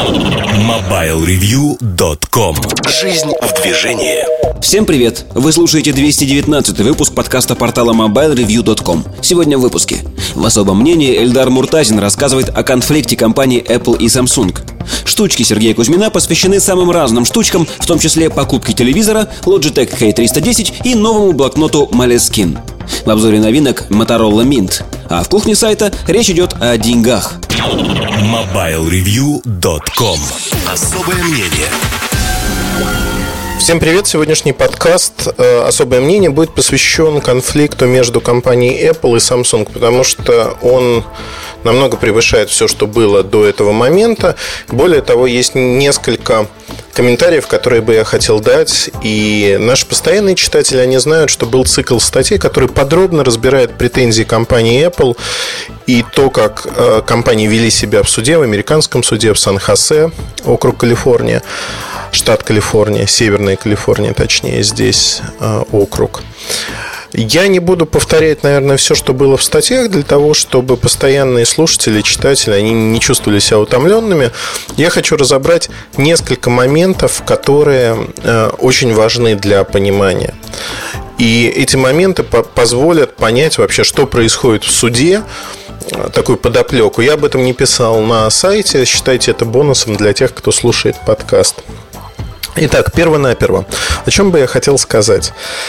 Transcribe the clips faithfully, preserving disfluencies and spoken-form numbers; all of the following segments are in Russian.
мобайл ревью точка ком. Жизнь в движении. Всем привет! Вы слушаете двести девятнадцатый выпуск подкаста портала мобайл ревью точка ком. Сегодня в выпуске. В особом мнении Эльдар Муртазин рассказывает о конфликте компаний Apple и Samsung. Штучки Сергея Кузьмина посвящены самым разным штучкам, в том числе покупке телевизора, Logitech K триста десять и новому блокноту Moleskine. В обзоре новинок Motorola Mint. А в кухне сайта речь идет о деньгах. мобайл ревью точка ком. Особое мнение. Всем привет! Сегодняшний подкаст «Особое мнение» будет посвящен конфликту между компанией Apple и Samsung, потому что он намного превышает все, что было до этого момента. Более того, есть несколько комментариев, которые бы я хотел дать. И наши постоянные читатели, они знают, что был цикл статей, который подробно разбирает претензии компании Apple и то, как э, компании вели себя в суде, в американском суде в Сан-Хосе, округ Калифорния, штат Калифорния, Северная Калифорния, точнее, здесь э, округ. Я не буду повторять, наверное, все, что было в статьях, для того, чтобы постоянные слушатели, читатели, они не чувствовали себя утомленными. Я хочу разобрать несколько моментов, которые э, очень важны для понимания. И эти моменты по- позволят понять вообще, что происходит в суде, такую подоплеку. Я об этом не писал на сайте, считайте это бонусом для тех, кто слушает подкаст. Итак, перво-наперво, о чем бы я хотел сказать.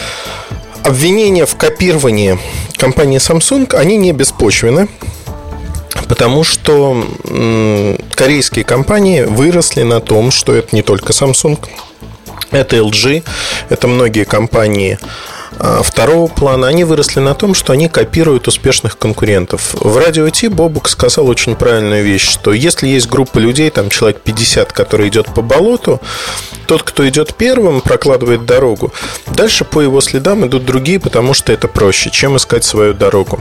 Обвинения в копировании компании Samsung, они не беспочвены, потому что м- корейские компании выросли на том, что это не только Samsung, это эл джи, это многие компании а, второго плана. Они выросли на том, что они копируют успешных конкурентов. В Радио Ти Бобук сказал очень правильную вещь, что если есть группа людей, там человек пятьдесят, который идет по болоту, тот, кто идет первым, прокладывает дорогу. Дальше по его следам идут другие, потому что это проще, чем искать свою дорогу.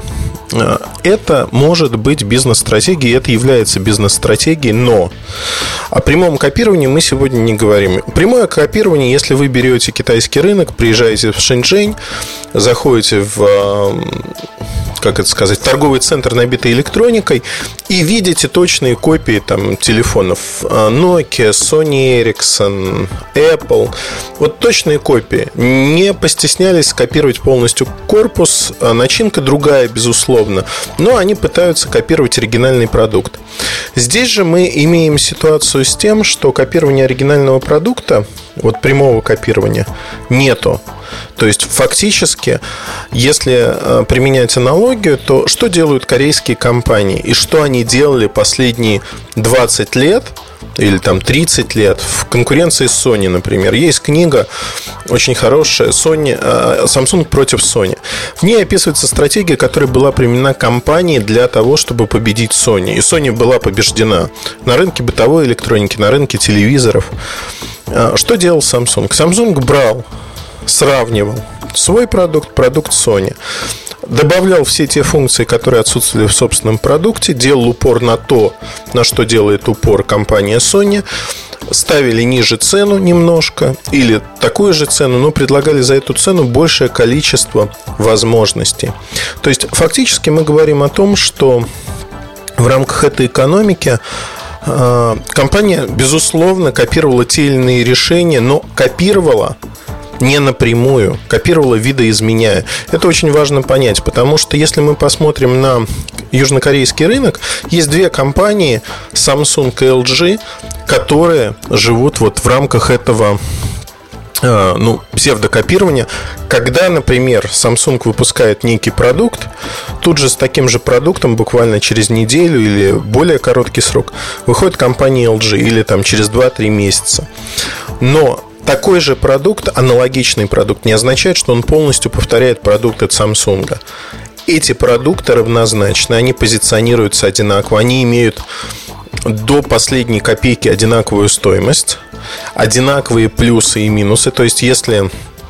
Это может быть бизнес-стратегией, это является бизнес-стратегией, но о прямом копировании мы сегодня не говорим. Прямое копирование, если вы берете китайский рынок, приезжаете в Шэньчжэнь, заходите в, как это сказать, торговый центр, набитый электроникой, и видите точные копии там, телефонов Nokia, Sony Ericsson, Apple. Вот точные копии. Не постеснялись скопировать полностью корпус. Начинка другая, безусловно, но они пытаются копировать оригинальный продукт. Здесь же мы имеем ситуацию с тем, что копирование оригинального продукта, вот прямого копирования, нету. То есть фактически, если применять аналогию, то что делают корейские компании и что они делали последние двадцать лет или там тридцать лет в конкуренции с Sony, например. Есть книга очень хорошая, Sony, Samsung против Sony. В ней описывается стратегия, которая была применена компанией для того, чтобы победить Sony. И Sony была побеждена на рынке бытовой электроники, на рынке телевизоров. Что делал Samsung? Samsung брал, сравнивал свой продукт, продукт Sony, добавлял все те функции, которые отсутствовали в собственном продукте, делал упор на то, на что делает упор компания Sony, ставили ниже цену немножко или такую же цену, но предлагали за эту цену большее количество возможностей. То есть фактически мы говорим о том, что в рамках этой экономики компания, безусловно, копировала те или иные решения, но копировала не напрямую, копировала видоизменяя. Это очень важно понять, потому что если мы посмотрим на южнокорейский рынок, есть две компании, Samsung и эл джи, которые живут вот в рамках этого ну, псевдокопирования. Когда, например, Samsung выпускает некий продукт, тут же с таким же продуктом буквально через неделю или более короткий срок выходит компания эл джи, или там через два-три месяца. Но такой же продукт, аналогичный продукт, не означает, что он полностью повторяет продукт от Samsung. Эти продукты равнозначны, они позиционируются одинаково, они имеют до последней копейки одинаковую стоимость, одинаковые плюсы и минусы. То есть, если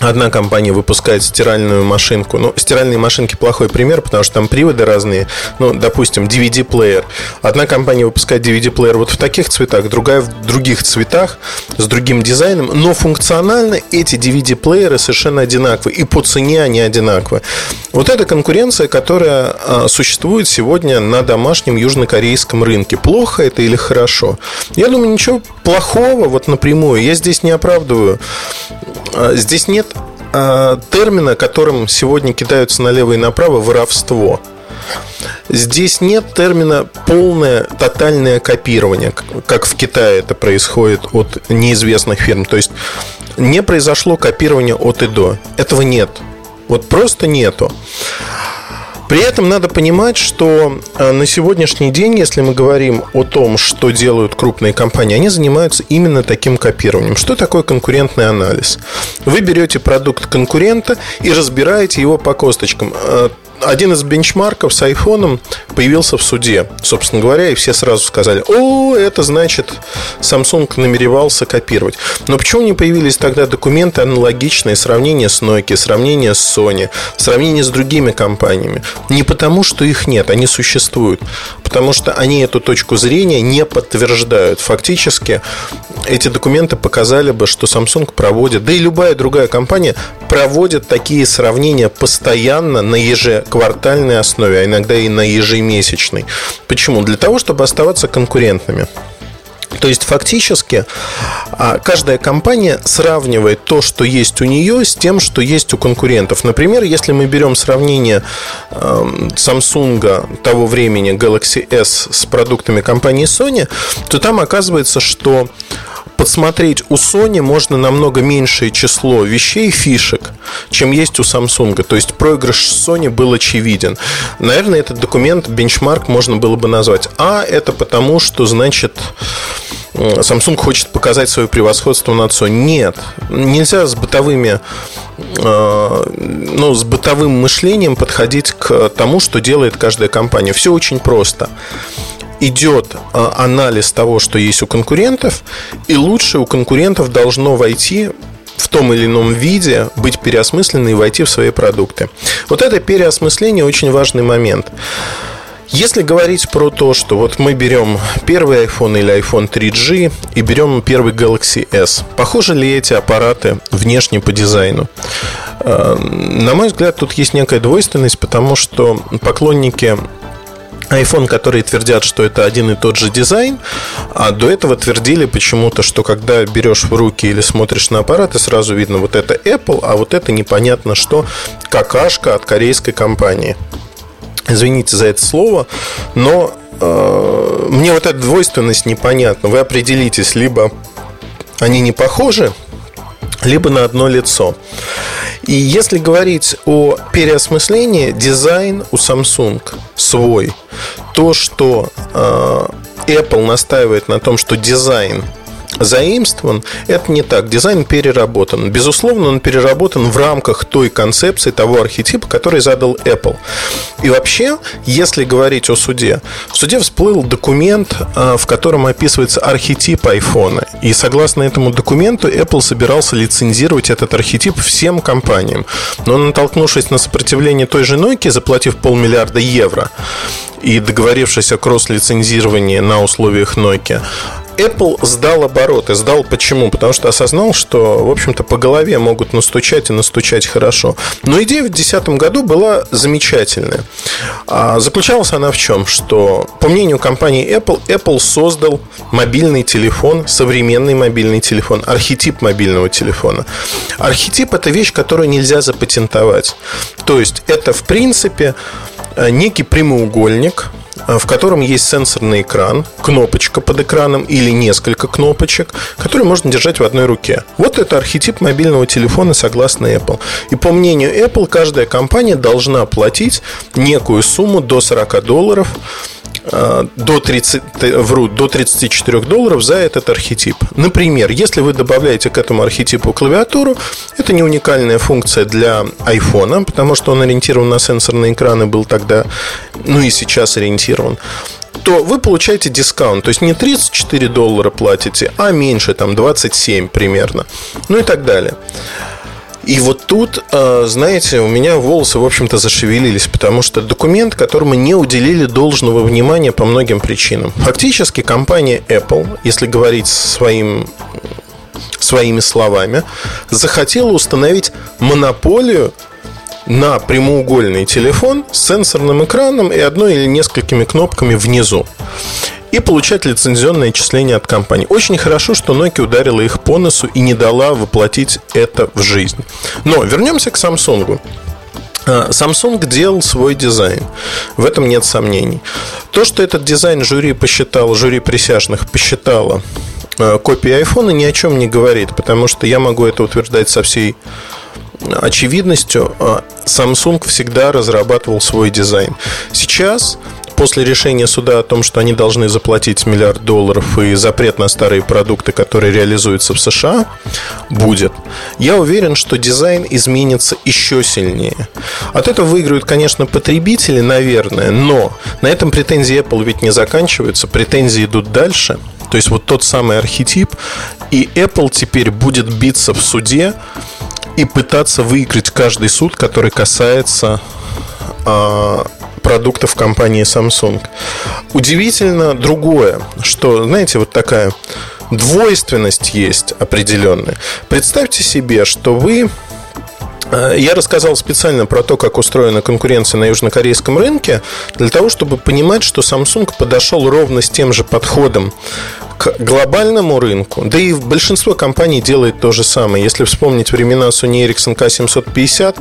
Одна компания выпускает стиральную машинку. Ну, стиральные машинки плохой пример, потому что там приводы разные. Ну, допустим, ди ви ди-плеер. Одна компания выпускает ди ви ди-плеер вот в таких цветах, другая в других цветах, с другим дизайном. Но функционально эти ди ви ди-плееры совершенно одинаковые. И по цене они одинаковые. Вот это конкуренция, которая а, существует сегодня на домашнем южнокорейском рынке. Плохо это или хорошо? Я думаю, ничего плохого вот напрямую. Я здесь не оправдываю. А, здесь нет термина, которым сегодня кидаются налево и направо, воровство. Здесь нет термина полное, тотальное копирование, как в Китае это происходит от неизвестных фирм. То есть не произошло копирование от и до. Этого нет. Вот просто нету. При этом надо понимать, что на сегодняшний день, если мы говорим о том, что делают крупные компании, они занимаются именно таким копированием. Что такое конкурентный анализ? Вы берете продукт конкурента и разбираете его по косточкам. Один из бенчмарков с айфоном появился в суде, собственно говоря, и все сразу сказали: о, это значит, Samsung намеревался копировать. Но почему не появились тогда документы аналогичные, сравнение с Nokia, сравнение с Sony, сравнение с другими компаниями? Не потому, что их нет, они существуют, потому что они эту точку зрения не подтверждают. Фактически эти документы показали бы, что Samsung проводит, да и любая другая компания проводит такие сравнения постоянно на ежеквартальной основе, а иногда и на ежемесячной. Почему? Для того, чтобы оставаться конкурентными. То есть фактически каждая компания сравнивает то, что есть у нее, с тем, что есть у конкурентов. Например, если мы берем сравнение Samsung того времени Galaxy S с продуктами компании Sony, то там оказывается, что подсмотреть у Sony можно намного меньшее число вещей, фишек, чем есть у Samsung. То есть проигрыш Sony был очевиден. Наверное, этот документ, бенчмарк, можно было бы назвать: а это потому, что, значит, Samsung хочет показать свое превосходство над Sony. Нет, нельзя с бытовыми, ну, с бытовым мышлением подходить к тому, что делает каждая компания. Все очень просто. Идет анализ того, что есть у конкурентов, и лучше у конкурентов должно войти в том или ином виде, быть переосмысленно и войти в свои продукты. Вот это переосмысление очень важный момент. Если говорить про то, что вот мы берем первый iPhone или айфон три джи и берем первый Galaxy S, похожи ли эти аппараты внешне по дизайну? На мой взгляд, тут есть некая двойственность, потому что поклонники iPhone, которые твердят, что это один и тот же дизайн, а до этого твердили почему-то, что когда берешь в руки или смотришь на аппараты, сразу видно, вот это Apple, а вот это непонятно что, какашка от корейской компании. Извините за это слово, но э, мне вот эта двойственность непонятна. Вы определитесь, либо они не похожи, либо на одно лицо. И если говорить о переосмыслении, дизайн у Samsung свой. То, что э, Apple настаивает на том, что дизайн заимствован, это не так. Дизайн переработан. Безусловно, он переработан в рамках той концепции, того архетипа, который задал Apple. И вообще, если говорить о суде, в суде всплыл документ, в котором описывается архетип айфона. И согласно этому документу, Apple собирался лицензировать этот архетип всем компаниям. Но натолкнувшись на сопротивление той же Nokia, заплатив полмиллиарда евро и договорившись о кросс-лицензировании на условиях Nokia, Apple сдал обороты. Сдал почему? Потому что осознал, что, в общем-то, по голове могут настучать и настучать хорошо. Но идея в две тысячи десятом году была замечательная. Заключалась она в чем? Что, по мнению компании Apple, Apple создал мобильный телефон, современный мобильный телефон, архетип мобильного телефона. Архетип – это вещь, которую нельзя запатентовать. То есть, это, в принципе, некий прямоугольник, в котором есть сенсорный экран, кнопочка под экраном или несколько кнопочек, которые можно держать в одной руке. Вот это архетип мобильного телефона согласно Apple. И по мнению Apple, каждая компания должна платить некую сумму до сорок долларов, до тридцати, вру, до тридцати четырёх долларов за этот архетип. Например, если вы добавляете к этому архетипу клавиатуру, это не уникальная функция для айфона, потому что он ориентирован на сенсорные экраны, был тогда, ну и сейчас ориентирован, то вы получаете дискаунт. То есть не тридцать четыре доллара платите, а меньше, там двадцать семь примерно. Ну и так далее. И вот тут, знаете, у меня волосы, в общем-то, зашевелились, потому что документ, которому не уделили должного внимания по многим причинам. Фактически компания Apple, если говорить своим, своими словами, захотела установить монополию на прямоугольный телефон с сенсорным экраном и одной или несколькими кнопками внизу, и получать лицензионное отчисление от компании. Очень хорошо, что Nokia ударила их по носу и не дала воплотить это в жизнь. Но вернемся к Samsung. Samsung делал свой дизайн. В этом нет сомнений. То, что этот дизайн жюри посчитало, жюри присяжных посчитало копией iPhone, ни о чем не говорит, потому что я могу это утверждать со всей очевидностью. Samsung всегда разрабатывал свой дизайн. Сейчас, после решения суда о том, что они должны заплатить миллиард долларов и запрет на старые продукты, которые реализуются в США, будет, я уверен, что дизайн изменится еще сильнее. От этого выиграют, конечно, потребители, наверное, но на этом претензии Apple ведь не заканчиваются, претензии идут дальше. То есть вот тот самый архетип, и Apple теперь будет биться в суде и пытаться выиграть каждый суд, который касается э, продуктов компании Samsung. Удивительно другое, что, знаете, вот такая двойственность есть определенная. Представьте себе, что вы... Я рассказал специально про то, как устроена конкуренция на южнокорейском рынке, для того, чтобы понимать, что Samsung подошел ровно с тем же подходом к глобальному рынку. Да и большинство компаний делает то же самое. Если вспомнить времена Sony Ericsson K семьсот пятьдесят,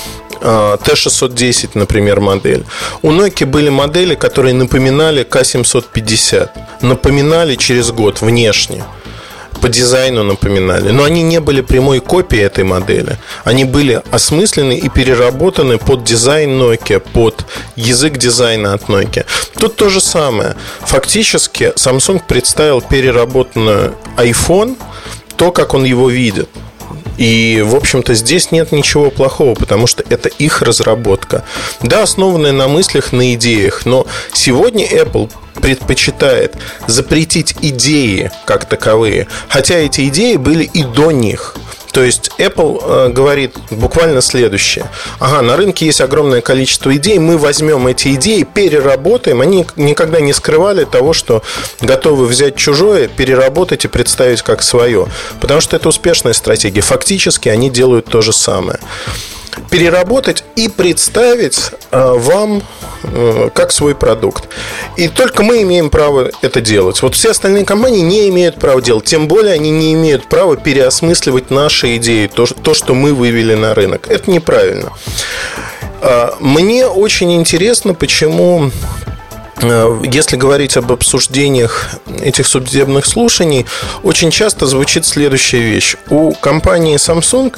Т шестьсот десять, например, модель. У Nokia были модели, которые напоминали К семьсот пятьдесят. Напоминали через год внешне. По дизайну напоминали. Но они не были прямой копией этой модели. Они были осмыслены и переработаны под дизайн Nokia, под язык дизайна от Nokia. Тут то же самое. Фактически Samsung представил переработанную iPhone, то, как он его видит. И, в общем-то, здесь нет ничего плохого, потому что это их разработка. Да, основанная на мыслях, на идеях. Но сегодня Apple предпочитает запретить идеи как таковые, хотя эти идеи были и до них. То есть Apple э, говорит буквально следующее: ага, на рынке есть огромное количество идей, мы возьмем эти идеи, переработаем. Они никогда не скрывали того, что готовы взять чужое, переработать и представить как свое, потому что это успешная стратегия. Фактически они делают то же самое. Переработать и представить э, вам э, как свой продукт. И только мы имеем право это делать. Вот все остальные компании не имеют права делать. Тем более они не имеют права переосмысливать наши идеи, то, то что мы вывели на рынок. Это неправильно. э, Мне очень интересно, почему, э, если говорить об обсуждениях этих судебных слушаний, очень часто звучит следующая вещь. У компании Samsung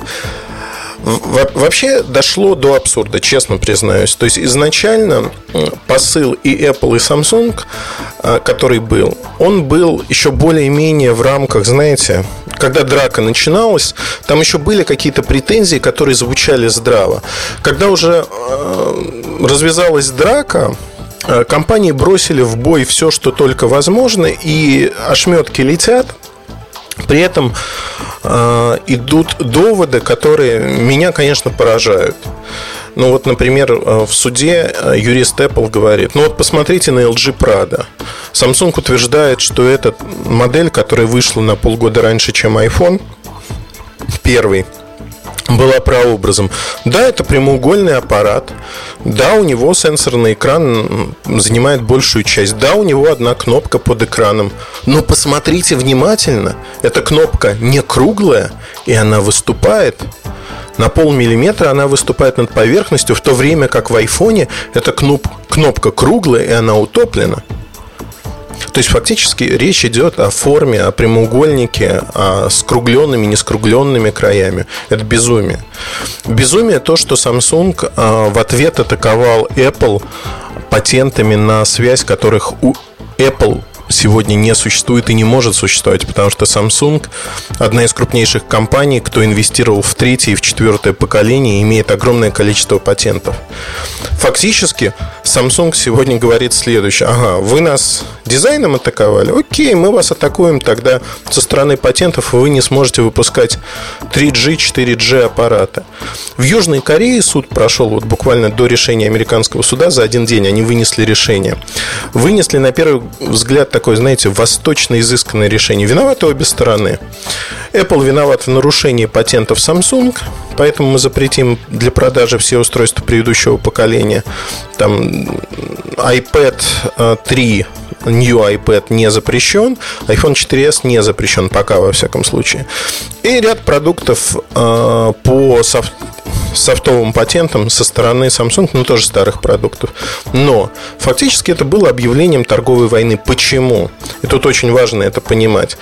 вообще дошло до абсурда, честно признаюсь. То есть изначально посыл и Apple, и Samsung, который был, он был еще более-менее в рамках, знаете, когда драка начиналась, там еще были какие-то претензии, которые звучали здраво. Когда уже развязалась драка, компании бросили в бой все, что только возможно, и ошметки летят. При этом э, идут доводы, которые меня, конечно, поражают. Ну вот, например, в суде юрист Apple говорит: ну вот посмотрите на эл джи Prado. Samsung утверждает, что эта модель, которая вышла на полгода раньше, чем iPhone первый, была прообразом. Да, это прямоугольный аппарат. Да, у него сенсорный экран занимает большую часть. Да, у него одна кнопка под экраном. Но посмотрите внимательно. Эта кнопка не круглая, и она выступает на полмиллиметра, она выступает над поверхностью, в то время как в айфоне эта кнопка круглая, и она утоплена. То есть фактически речь идет о форме, о прямоугольнике, о скругленными, нескругленными краями. Это безумие. Безумие то, что Samsung в ответ атаковал Apple патентами на связь, которых у Apple сегодня не существует и не может существовать, потому что Samsung – одна из крупнейших компаний, кто инвестировал в третье и в четвертое поколение и имеет огромное количество патентов. Фактически Samsung сегодня говорит следующее: ага, вы нас дизайном атаковали, окей, мы вас атакуем тогда со стороны патентов, и вы не сможете выпускать три джи, четыре джи аппараты. В Южной Корее суд прошел вот буквально до решения американского суда, за один день они вынесли решение. Вынесли, на первый взгляд, такое, знаете, восточно изысканное решение. Виноваты обе стороны. Apple виноват в нарушении патентов Samsung, поэтому мы запретим для продажи все устройства предыдущего поколения. Там iPad три, New iPad не запрещен, iPhone четыре эс не запрещен пока, во всяком случае. И ряд продуктов э, по софт, софтовым патентам со стороны Samsung, ну тоже старых продуктов. Но фактически это было объявлением торговой войны. Почему? И тут очень важно это понимать.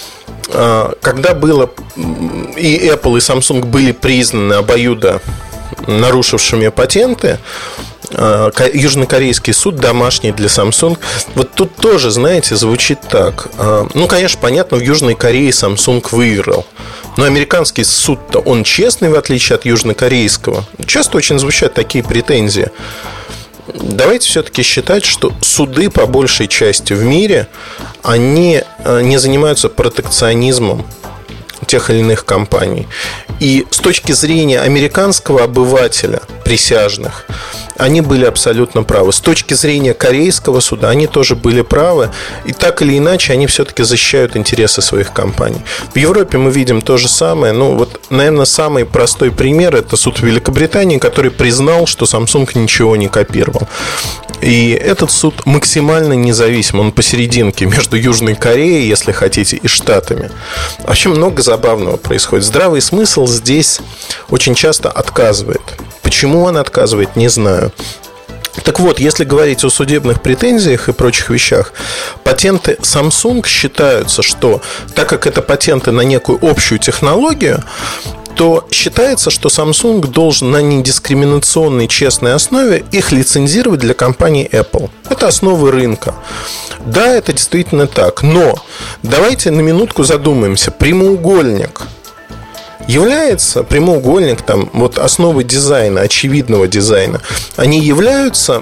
Когда было и Apple, и Samsung были признаны обоюдо нарушившими патенты, южнокорейский суд домашний для Samsung, вот тут тоже, знаете, звучит так. Ну, конечно, понятно, в Южной Корее Samsung выиграл, но американский суд-то, он честный, в отличие от южнокорейского. Часто очень звучат такие претензии. Давайте все-таки считать, что суды по большей части в мире, они не занимаются протекционизмом тех или иных компаний. И с точки зрения американского обывателя, присяжных, они были абсолютно правы. С точки зрения корейского суда они тоже были правы. И так или иначе они все-таки защищают интересы своих компаний. В Европе мы видим то же самое. Ну вот, наверное, самый простой пример — это суд в Великобритании, который признал, что Samsung ничего не копировал. И этот суд максимально независим. Он посерединке между Южной Кореей, если хотите, и Штатами. Вообще много забавного происходит. Здравый смысл здесь очень часто отказывает. Почему он отказывает, не знаю. Так вот, если говорить о судебных претензиях и прочих вещах, патенты Samsung считаются, что так как это патенты на некую общую технологию, то считается, что Samsung должен на недискриминационной честной основе их лицензировать для компании Apple. Это основы рынка. Да, это действительно так. Но давайте на минутку задумаемся. Прямоугольник является, прямоугольник, там, вот основы дизайна, очевидного дизайна, они являются,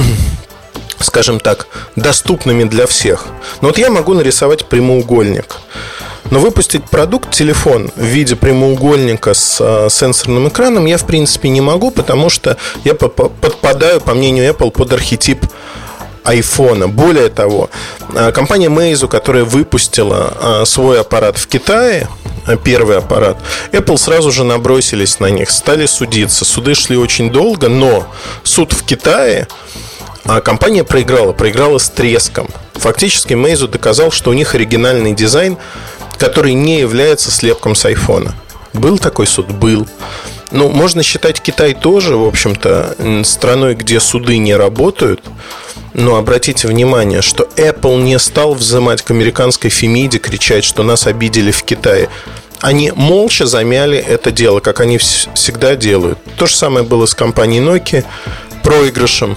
скажем так, доступными для всех. Но вот я могу нарисовать прямоугольник, но выпустить продукт, телефон в виде прямоугольника с а, сенсорным экраном я в принципе не могу, потому что я подпадаю, по мнению Apple, под архетип айфона. Более того, компания Meizu, которая выпустила свой аппарат в Китае, первый аппарат, Apple сразу же набросились на них, стали судиться. Суды шли очень долго, но суд в Китае компания проиграла, проиграла с треском. Фактически Meizu доказал, что у них оригинальный дизайн, который не является слепком с айфона. Был такой суд? Был. Ну, можно считать Китай тоже, в общем-то, страной, где суды не работают. Но обратите внимание, что Apple не стал взымать к американской Фемиде, кричать, что нас обидели в Китае. Они молча замяли это дело, как они всегда делают. То же самое было с компанией Nokia, проигрышем.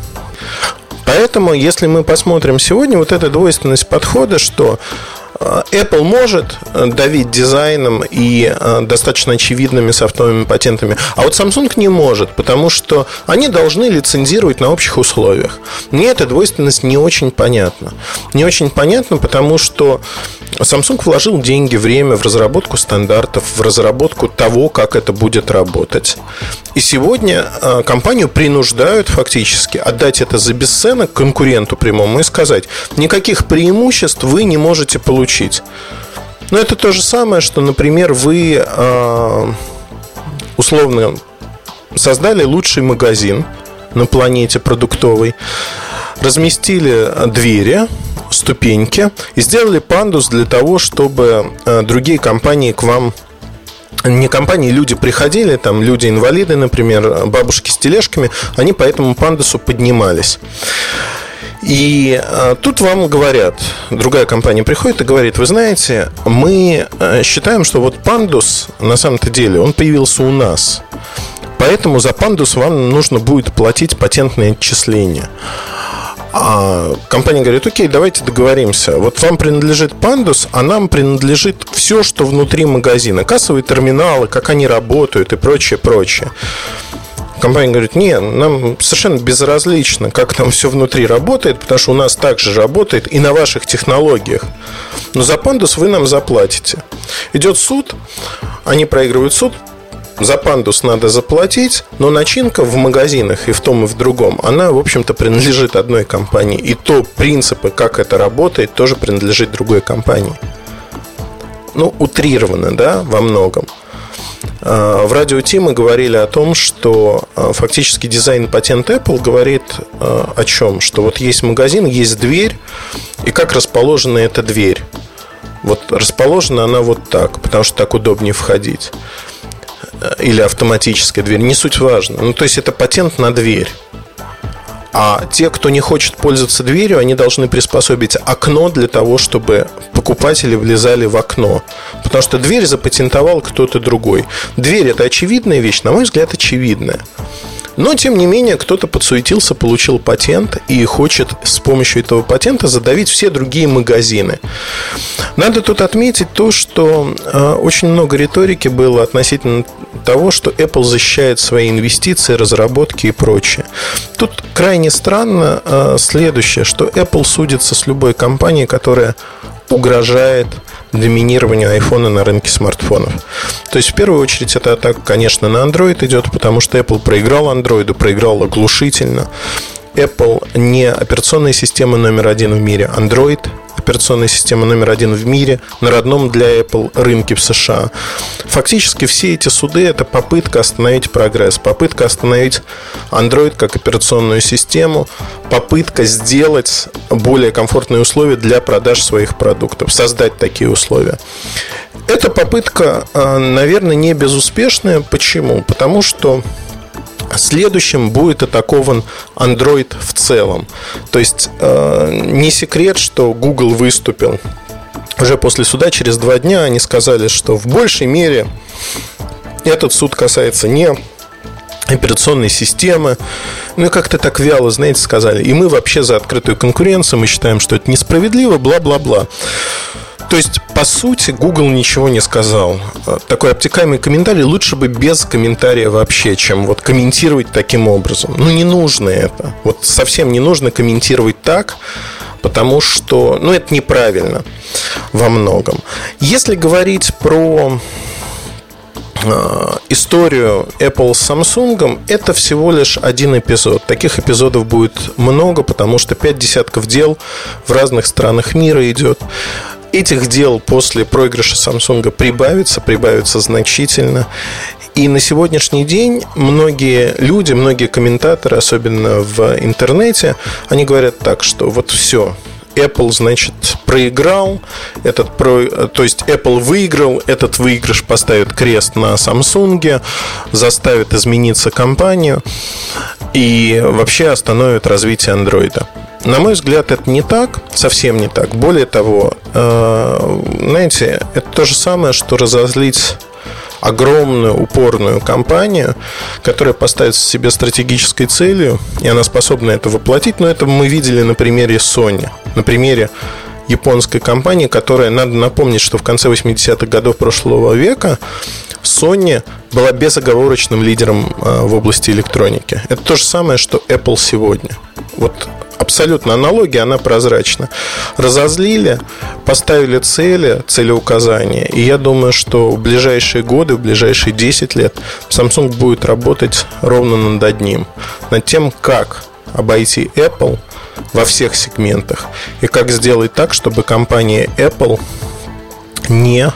Поэтому, если мы посмотрим сегодня, вот эта двойственность подхода, что Apple может давить дизайном и достаточно очевидными софтовыми патентами, а вот Samsung не может, потому что они должны лицензировать на общих условиях. Мне эта двойственность не очень понятна. Не очень понятна, потому что Samsung вложил деньги, время в разработку стандартов, в разработку того, как это будет работать. И сегодня компанию принуждают фактически отдать это за бесценок конкуренту прямому и сказать: никаких преимуществ вы не можете получить. Но это то же самое, что, например, вы условно создали лучший магазин на планете продуктовый, разместили двери, ступеньки и сделали пандус для того, чтобы другие компании к вам, не компании, люди приходили, там люди-инвалиды, например, бабушки с тележками, они по этому пандусу поднимались. И а, тут вам говорят, другая компания приходит и говорит: вы знаете, мы а, считаем, что вот пандус на самом-то деле, он появился у нас, поэтому за пандус вам нужно будет платить патентные отчисления. А компания говорит: окей, давайте договоримся. Вот вам принадлежит Pandus, а нам принадлежит все, что внутри магазина. Кассовые терминалы, как они работают и прочее, прочее. Компания говорит: не, нам совершенно безразлично, как там все внутри работает, потому что у нас также работает и на ваших технологиях. Но за Pandus вы нам заплатите. Идет суд, они проигрывают суд. За Pandus надо заплатить, но начинка в магазинах и в том, и в другом, она, в общем-то, принадлежит одной компании. И то принципы, как это работает, тоже принадлежит другой компании. Ну, утрированно, да, во многом. В радио Ти мы говорили о том, что фактически дизайн-патент Apple говорит о чем? Что вот есть магазин, есть дверь, и как расположена эта дверь. Вот расположена она вот так, потому что так удобнее входить. Или автоматическая дверь, не суть важно. Ну, то есть это патент на дверь. А те, кто не хочет пользоваться дверью, они должны приспособить окно для того, чтобы покупатели влезали в окно. Потому что дверь запатентовал кто-то другой. Дверь – это очевидная вещь, на мой взгляд, очевидная. Но, тем не менее, кто-то подсуетился, получил патент и хочет с помощью этого патента задавить все другие магазины. Надо тут отметить то, что э, очень много риторики было относительно того, что Apple защищает свои инвестиции, разработки и прочее. Тут крайне странно э, следующее, что Apple судится с любой компанией, которая угрожает доминированию айфона на рынке смартфонов. То есть, в первую очередь, эта атака, конечно, на Android идет, потому что Apple проиграл Android, проиграл оглушительно. Apple не операционная система номер один в мире. Android – операционная система номер один в мире на родном для Apple рынке в США. Фактически все эти суды – это попытка остановить прогресс, попытка остановить Android как операционную систему, попытка сделать более комфортные условия для продаж своих продуктов, создать такие условия. Эта попытка, наверное, не безуспешная. Почему? Потому что следующим будет атакован Android в целом. То есть э, не секрет, что Google выступил уже после суда, через два дня они сказали, что в большей мере этот суд касается не операционной системы. Ну и как-то так вяло, знаете, сказали: и мы вообще за открытую конкуренцию, мы считаем, что это несправедливо, бла-бла-бла. То есть, по сути, Google ничего не сказал. Такой обтекаемый комментарий лучше бы без комментария вообще, чем вот комментировать таким образом. Ну, не нужно это. Вот совсем не нужно комментировать так, потому что, ну, это неправильно во многом. Если говорить про историю Apple с Samsung, это всего лишь один эпизод. Таких эпизодов будет много, потому что пять десятков дел в разных странах мира идет. Этих дел после проигрыша Samsung прибавится, прибавится значительно. И на сегодняшний день многие люди, многие комментаторы, особенно в интернете, они говорят так, что вот все, Apple, значит, проиграл, этот про... то есть Apple выиграл, этот выигрыш поставит крест на Samsung, заставит измениться компанию и вообще остановит развитие Android. На мой взгляд, это не так, совсем не так. Более того, знаете, это то же самое, что разозлить огромную упорную компанию, которая поставит себе стратегической целью, и она способна это воплотить. Но это мы видели на примере Sony, на примере японской компании, которая, надо напомнить, что в конце восьмидесятых годов прошлого века Sony была безоговорочным лидером в области электроники. Это то же самое, что Apple сегодня. Вот абсолютно аналогия, она прозрачна. Разозлили, поставили цели, целеуказания. И я думаю, что в ближайшие годы, в ближайшие десять лет Samsung будет работать ровно над одним. Над тем, как обойти Apple во всех сегментах. И как сделать так, чтобы компания Apple не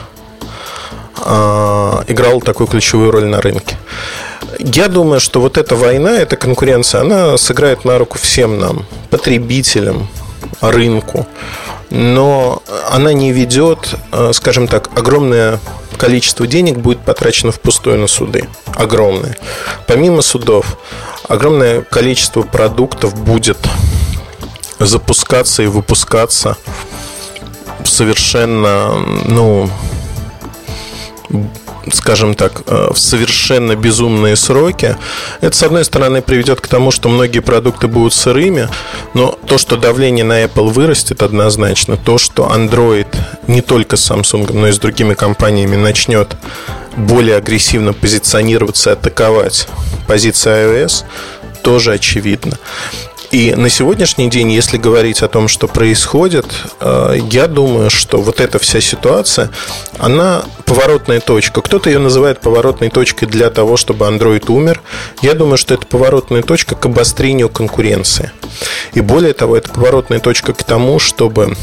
а, играла такую ключевую роль на рынке. Я думаю, что вот эта война, эта конкуренция, она сыграет на руку всем нам, потребителям, рынку. Но она не ведет, скажем так, огромное количество денег будет потрачено впустую на суды. Огромное. Помимо судов, огромное количество продуктов будет запускаться и выпускаться совершенно, ну, скажем так, в совершенно безумные сроки. Это, с одной стороны, приведет к тому, что многие продукты будут сырыми, но то, что давление на Apple вырастет однозначно, то, что Android не только с Samsung, но и с другими компаниями начнет более агрессивно позиционироваться и атаковать позиции iOS, тоже очевидно. И на сегодняшний день, если говорить о том, что происходит, я думаю, что вот эта вся ситуация, она поворотная точка. Кто-то ее называет поворотной точкой для того, чтобы Android умер. Я думаю, что это поворотная точка к обострению конкуренции. И более того, это поворотная точка к тому, чтобы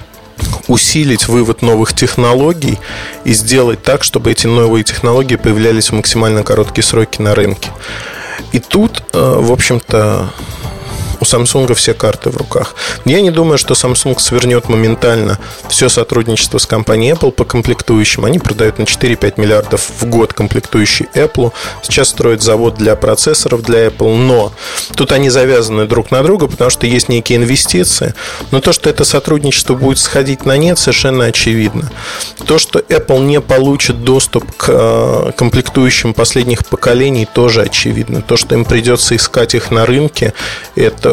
усилить вывод новых технологий и сделать так, чтобы эти новые технологии появлялись в максимально короткие сроки на рынке. И тут, в общем-то, у Samsung все карты в руках. Я не думаю, что Samsung свернет моментально все сотрудничество с компанией Apple по комплектующим. Они продают на четыре-пять миллиардов в год комплектующие Apple. Сейчас строят завод для процессоров для Apple. Но тут они завязаны друг на друга, потому что есть некие инвестиции. Но то, что это сотрудничество будет сходить на нет, совершенно очевидно. То, что Apple не получит доступ к комплектующим последних поколений, тоже очевидно. То, что им придется искать их на рынке, это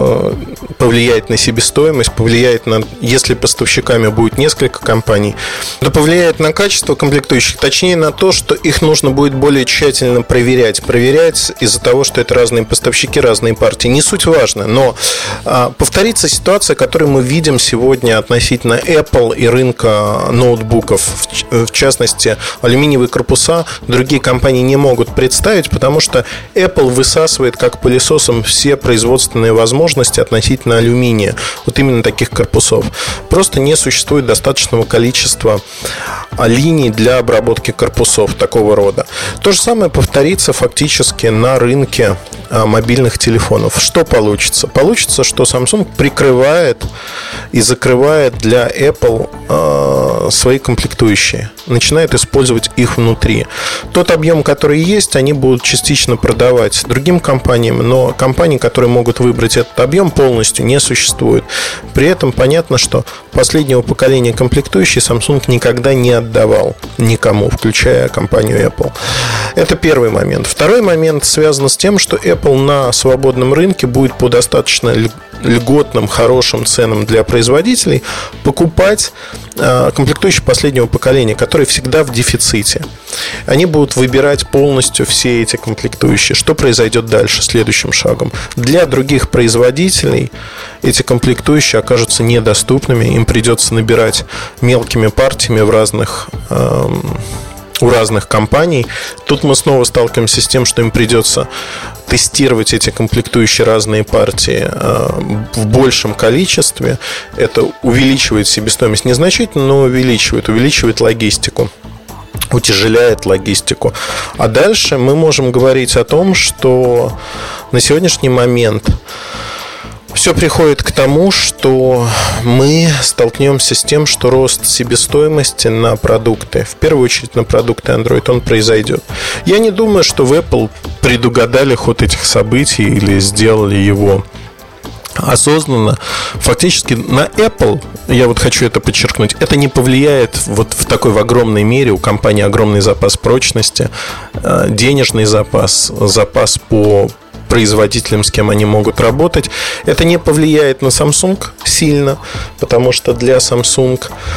повлияет на себестоимость, повлияет на, если поставщиками будет несколько компаний, то повлияет на качество комплектующих, точнее на то, что их нужно будет более тщательно проверять. Проверять из-за того, что это разные поставщики, разные партии. Не суть важно, но а, повторится ситуация, которую мы видим сегодня относительно Apple и рынка ноутбуков. В, в частности, алюминиевые корпуса другие компании не могут представить, потому что Apple высасывает как пылесосом все производственные возможности относительно алюминия, вот именно таких корпусов. Просто не существует достаточного количества линий для обработки корпусов такого рода. То же самое повторится фактически на рынке мобильных телефонов. Что получится? Получится, что Samsung прикрывает и закрывает для Apple э, свои комплектующие, начинает использовать их внутри. Тот объем, который есть, они будут частично продавать другим компаниям, но компании, которые могут выбрать этот объем, полностью не существует. При этом понятно, что последнего поколения комплектующие Samsung никогда не отдавал никому, включая компанию Apple. Это первый момент. Второй момент связан с тем, что Apple на свободном рынке будет по достаточно льготным, хорошим ценам для производителей покупать комплектующие последнего поколения, которые всегда в дефиците. Они будут выбирать полностью все эти комплектующие. Что произойдет дальше, следующим шагом? Для других производителей эти комплектующие окажутся недоступными. Им придется набирать мелкими партиями в разных... Эм, у разных компаний. Тут мы снова сталкиваемся с тем, что им придется тестировать эти комплектующие разные партии в большем количестве. Это увеличивает себестоимость незначительно, но увеличивает, увеличивает логистику, утяжеляет логистику. А дальше мы можем говорить о том, что на сегодняшний момент все приходит к тому, что мы столкнемся с тем, что рост себестоимости на продукты, в первую очередь на продукты Android, он произойдет. Я не думаю, что в Apple предугадали ход этих событий или сделали его осознанно. Фактически на Apple, я вот хочу это подчеркнуть, это не повлияет вот в такой в огромной мере. У компании огромный запас прочности, денежный запас, запас по производителям, с кем они могут работать. Это не повлияет на Samsung сильно, потому что для Samsung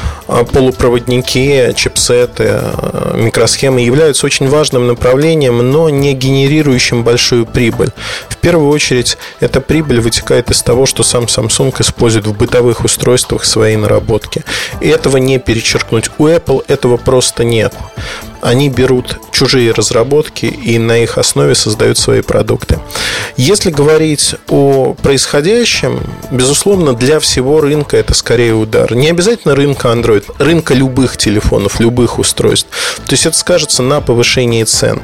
полупроводники, чипсеты, микросхемы являются очень важным направлением, но не генерирующим большую прибыль. В первую очередь, эта прибыль вытекает из того, что сам Samsung использует в бытовых устройствах свои наработки. И этого не перечеркнуть. У Apple этого просто нет. Они берут чужие разработки и на их основе создают свои продукты. Если говорить о происходящем, безусловно, для всего рынка это скорее удар. Не обязательно рынка Android, рынка любых телефонов, любых устройств. То есть это скажется на повышении цен.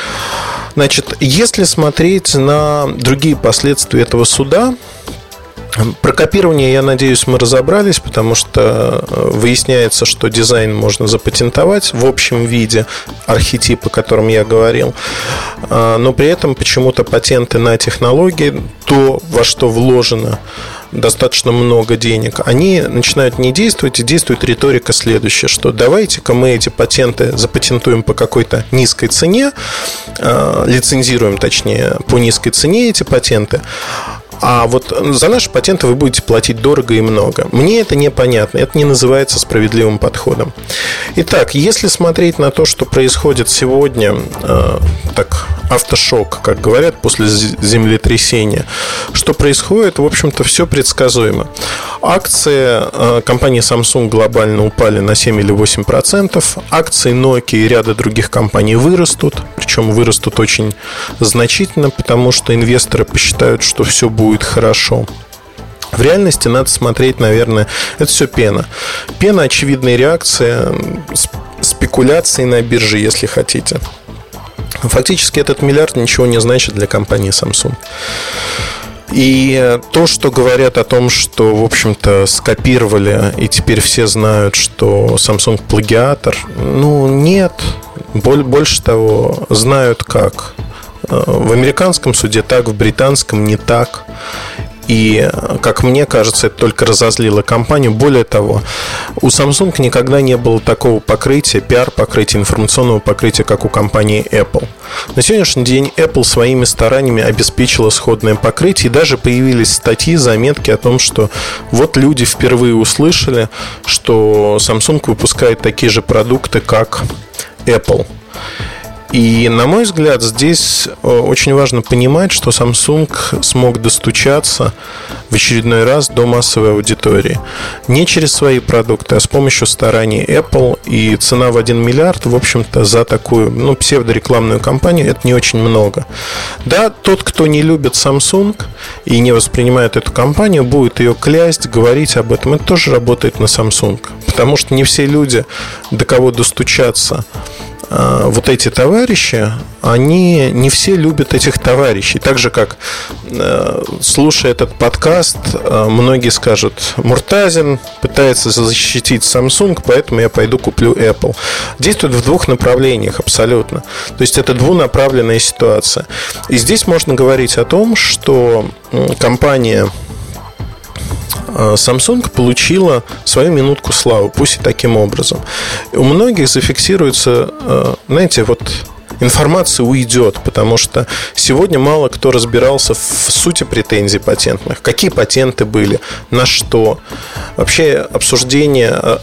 Значит, если смотреть на другие последствия этого суда, про копирование, я надеюсь, мы разобрались, потому что выясняется, что дизайн можно запатентовать в общем виде, архетип, о котором я говорил. Но при этом почему-то патенты на технологии, то, во что вложено достаточно много денег, они начинают не действовать, и действует риторика следующая, что давайте-ка мы эти патенты запатентуем по какой-то низкой цене, лицензируем, точнее, по низкой цене эти патенты, а вот за наши патенты вы будете платить дорого и много. Мне это непонятно, это не называется справедливым подходом. Итак, если смотреть на то, что происходит сегодня, э, так, автошок, как говорят, после землетрясения, что происходит, в общем-то, все предсказуемо. Акции э, компании Samsung глобально упали на семь или восемь процентов, акции Nokia и ряда других компаний вырастут, причем вырастут очень значительно, потому что инвесторы посчитают, что все будет хорошо. В реальности надо смотреть, наверное, это все пена. Пена, очевидная реакция, спекуляции на бирже, если хотите. Фактически этот миллиард ничего не значит для компании Samsung. И то, что говорят о том, что, в общем-то, скопировали, и теперь все знают, что Samsung плагиатор, ну, нет. Больше того, знают как. В американском суде так, в британском не так. И, как мне кажется, это только разозлило компанию. Более того, у Samsung никогда не было такого покрытия, пиар-покрытия, информационного покрытия, как у компании Apple. На сегодняшний день Apple своими стараниями обеспечила сходное покрытие. И даже появились статьи, заметки о том, что вот люди впервые услышали, что Samsung выпускает такие же продукты, как Apple. И, на мой взгляд, здесь очень важно понимать, что Samsung смог достучаться в очередной раз до массовой аудитории. Не через свои продукты, а с помощью стараний Apple. И цена в один миллиард, в общем-то, за такую, ну, псевдорекламную кампанию, это не очень много. Да, тот, кто не любит Samsung и не воспринимает эту компанию, будет ее клясть, говорить об этом. Это тоже работает на Samsung. Потому что не все люди, до кого достучаться, вот эти товарищи, они не все любят этих товарищей. Так же, как, слушая этот подкаст, многие скажут: Муртазин пытается защитить Samsung, поэтому я пойду куплю Apple. Действует в двух направлениях абсолютно. То есть это двунаправленная ситуация. И здесь можно говорить о том, что компания Samsung получила свою минутку славы, пусть и таким образом. У многих зафиксируется, знаете, вот информация уйдет, потому что сегодня мало кто разбирался в сути претензий патентных. Какие патенты были, на что. Вообще обсуждение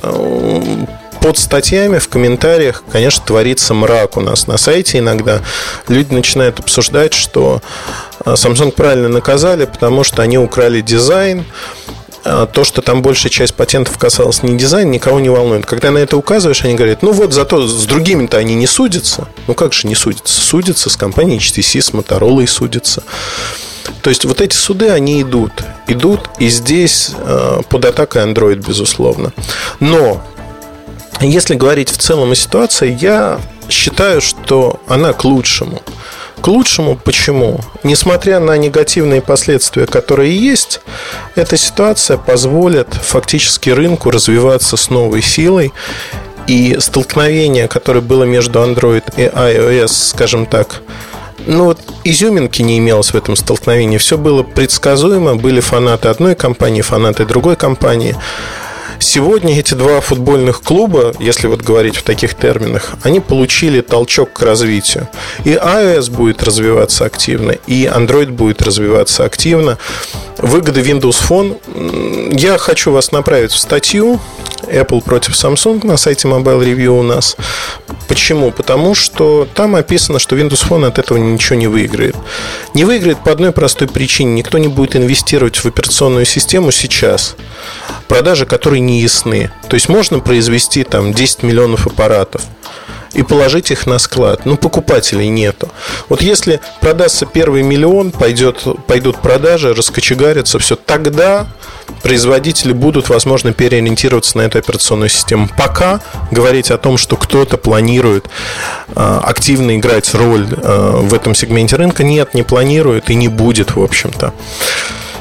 под статьями, в комментариях, конечно, творится мрак у нас на сайте иногда. Люди начинают обсуждать, что Samsung правильно наказали, потому что они украли дизайн. То, что там большая часть патентов касалась не дизайна, никого не волнует. Когда на это указываешь, они говорят: ну вот, зато с другими-то они не судятся. Ну как же не судятся? Судятся с компанией эйч ти си, с Motorola судятся. То есть вот эти суды, они идут. Идут, и здесь э, под атакой Android, безусловно. Но если говорить в целом о ситуации, я считаю, что она к лучшему. К лучшему почему? Несмотря на негативные последствия, которые есть, эта ситуация позволит фактически рынку развиваться с новой силой. И столкновение, которое было между Android и iOS, скажем так, ну вот изюминки не имелось в этом столкновении. Все было предсказуемо. Были фанаты одной компании, фанаты другой компании. Сегодня эти два футбольных клуба, если вот говорить в таких терминах, они получили толчок к развитию. И iOS будет развиваться активно, и Android будет развиваться активно. Выгоды Windows Phone. Я хочу вас направить в статью Apple против Samsung на сайте Mobile Review у нас. Почему? Потому что там описано, что Windows Phone от этого ничего не выиграет. Не выиграет по одной простой причине. Никто не будет инвестировать в операционную систему сейчас, продажи которой не ясны. То есть можно произвести там десять миллионов аппаратов и положить их на склад. Но покупателей нету. Вот если продастся первый миллион, пойдет, пойдут продажи, раскочегарятся все, тогда производители будут, возможно, переориентироваться на эту операционную систему. Пока говорить о том, что кто-то планирует э, активно играть роль э, в этом сегменте рынка, нет, не планирует и не будет, в общем-то.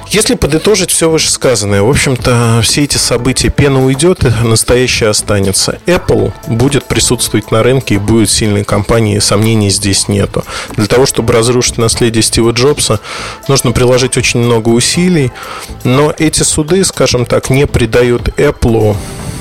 Если подытожить все вышесказанное, в общем-то, все эти события, пена уйдет, настоящее останется. Apple будет присутствовать на рынке и будет сильной компанией, сомнений здесь нету. Для того, чтобы разрушить наследие Стива Джобса, нужно приложить очень много усилий, но эти суды, скажем так, не придают Apple,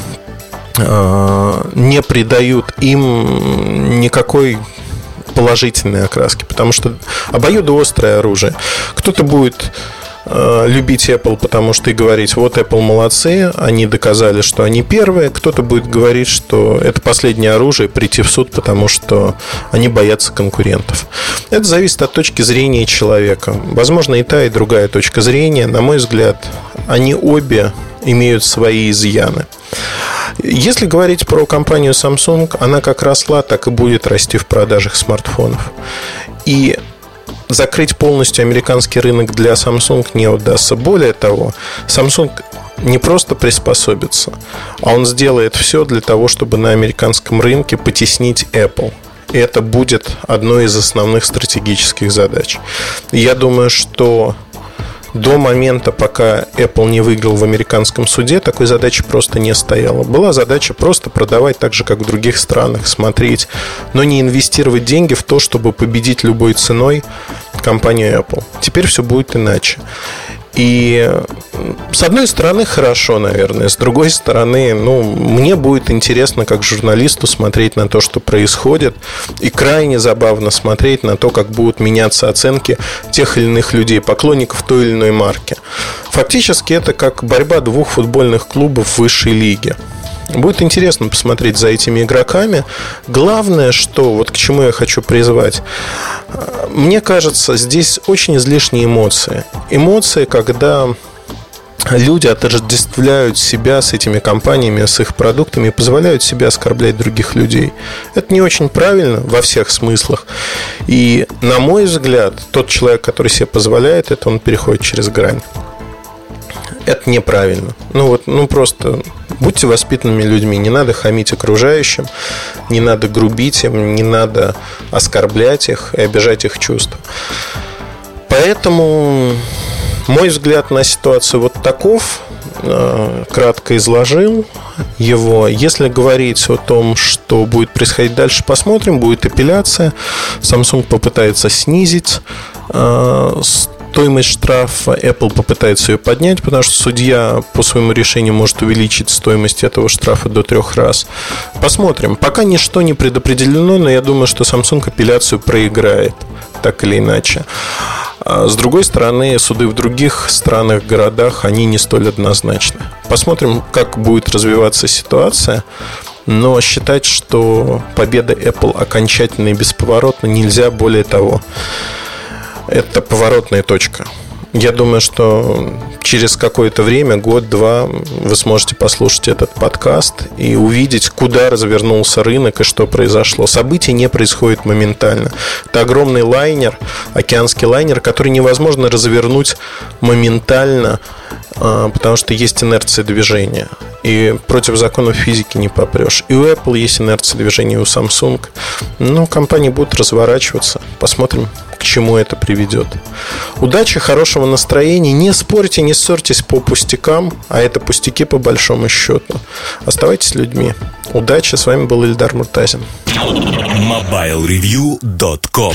э, не придают им никакой положительной окраски, потому что обоюдоострое оружие. Кто-то будет любить Apple, потому что и говорить: вот Apple молодцы, они доказали, что они первые. Кто-то будет говорить, что это последнее оружие, прийти в суд, потому что они боятся конкурентов. Это зависит от точки зрения человека. Возможно, и та, и другая точка зрения. На мой взгляд, они обе имеют свои изъяны. Если говорить про компанию Samsung, она как росла, так и будет расти в продажах смартфонов. И закрыть полностью американский рынок для Samsung не удастся. Более того, Samsung не просто приспособится, а он сделает все для того, чтобы на американском рынке потеснить Apple. И это будет одной из основных стратегических задач. Я думаю, что до момента, пока Apple не выиграл в американском суде, такой задачи просто не стояло. Была задача просто продавать так же, как в других странах, смотреть, но не инвестировать деньги в то, чтобы победить любой ценой компанию Apple. Теперь все будет иначе. И с одной стороны хорошо, наверное. С другой стороны, ну, мне будет интересно как журналисту смотреть на то, что происходит. И крайне забавно смотреть на то, как будут меняться оценки тех или иных людей, поклонников той или иной марки. Фактически это как борьба двух футбольных клубов высшей лиги. Будет интересно посмотреть за этими игроками. Главное, что, вот к чему я хочу призвать, мне кажется, здесь очень излишние эмоции. Эмоции, когда люди отождествляют себя с этими компаниями, с их продуктами и позволяют себе оскорблять других людей. Это не очень правильно во всех смыслах. И, на мой взгляд, тот человек, который себе позволяет это, он переходит через грань. Это неправильно. Ну вот, ну просто будьте воспитанными людьми. Не надо хамить окружающим, не надо грубить им, не надо оскорблять их и обижать их чувства. Поэтому мой взгляд на ситуацию вот таков. Кратко изложил его. Если говорить о том, что будет происходить дальше, посмотрим. Будет апелляция. Samsung попытается снизить стоимость штрафа, Apple попытается ее поднять, потому что судья по своему решению может увеличить стоимость этого штрафа до трех раз. Посмотрим. Пока ничто не предопределено, но я думаю, что Samsung апелляцию проиграет, так или иначе. С другой стороны, суды в других странах, городах, они не столь однозначны. Посмотрим, как будет развиваться ситуация. Но считать, что победа Apple окончательно и бесповоротно, нельзя. Более того, это поворотная точка. Я думаю, что через какое-то время, год-два, вы сможете послушать этот подкаст и увидеть, куда развернулся рынок и что произошло. События не происходят моментально. Это огромный лайнер, океанский лайнер, который невозможно развернуть моментально, потому что есть инерция движения. И против законов физики не попрешь. И у Apple есть инерция движения, и у Samsung. Но компании будут разворачиваться. Посмотрим, к чему это приведет. Удачи, хорошего настроения. Не спорьте, не ссорьтесь по пустякам. А это пустяки по большому счету. Оставайтесь людьми. Удачи. С вами был Эльдар Муртазин. мобайл ревью точка ком.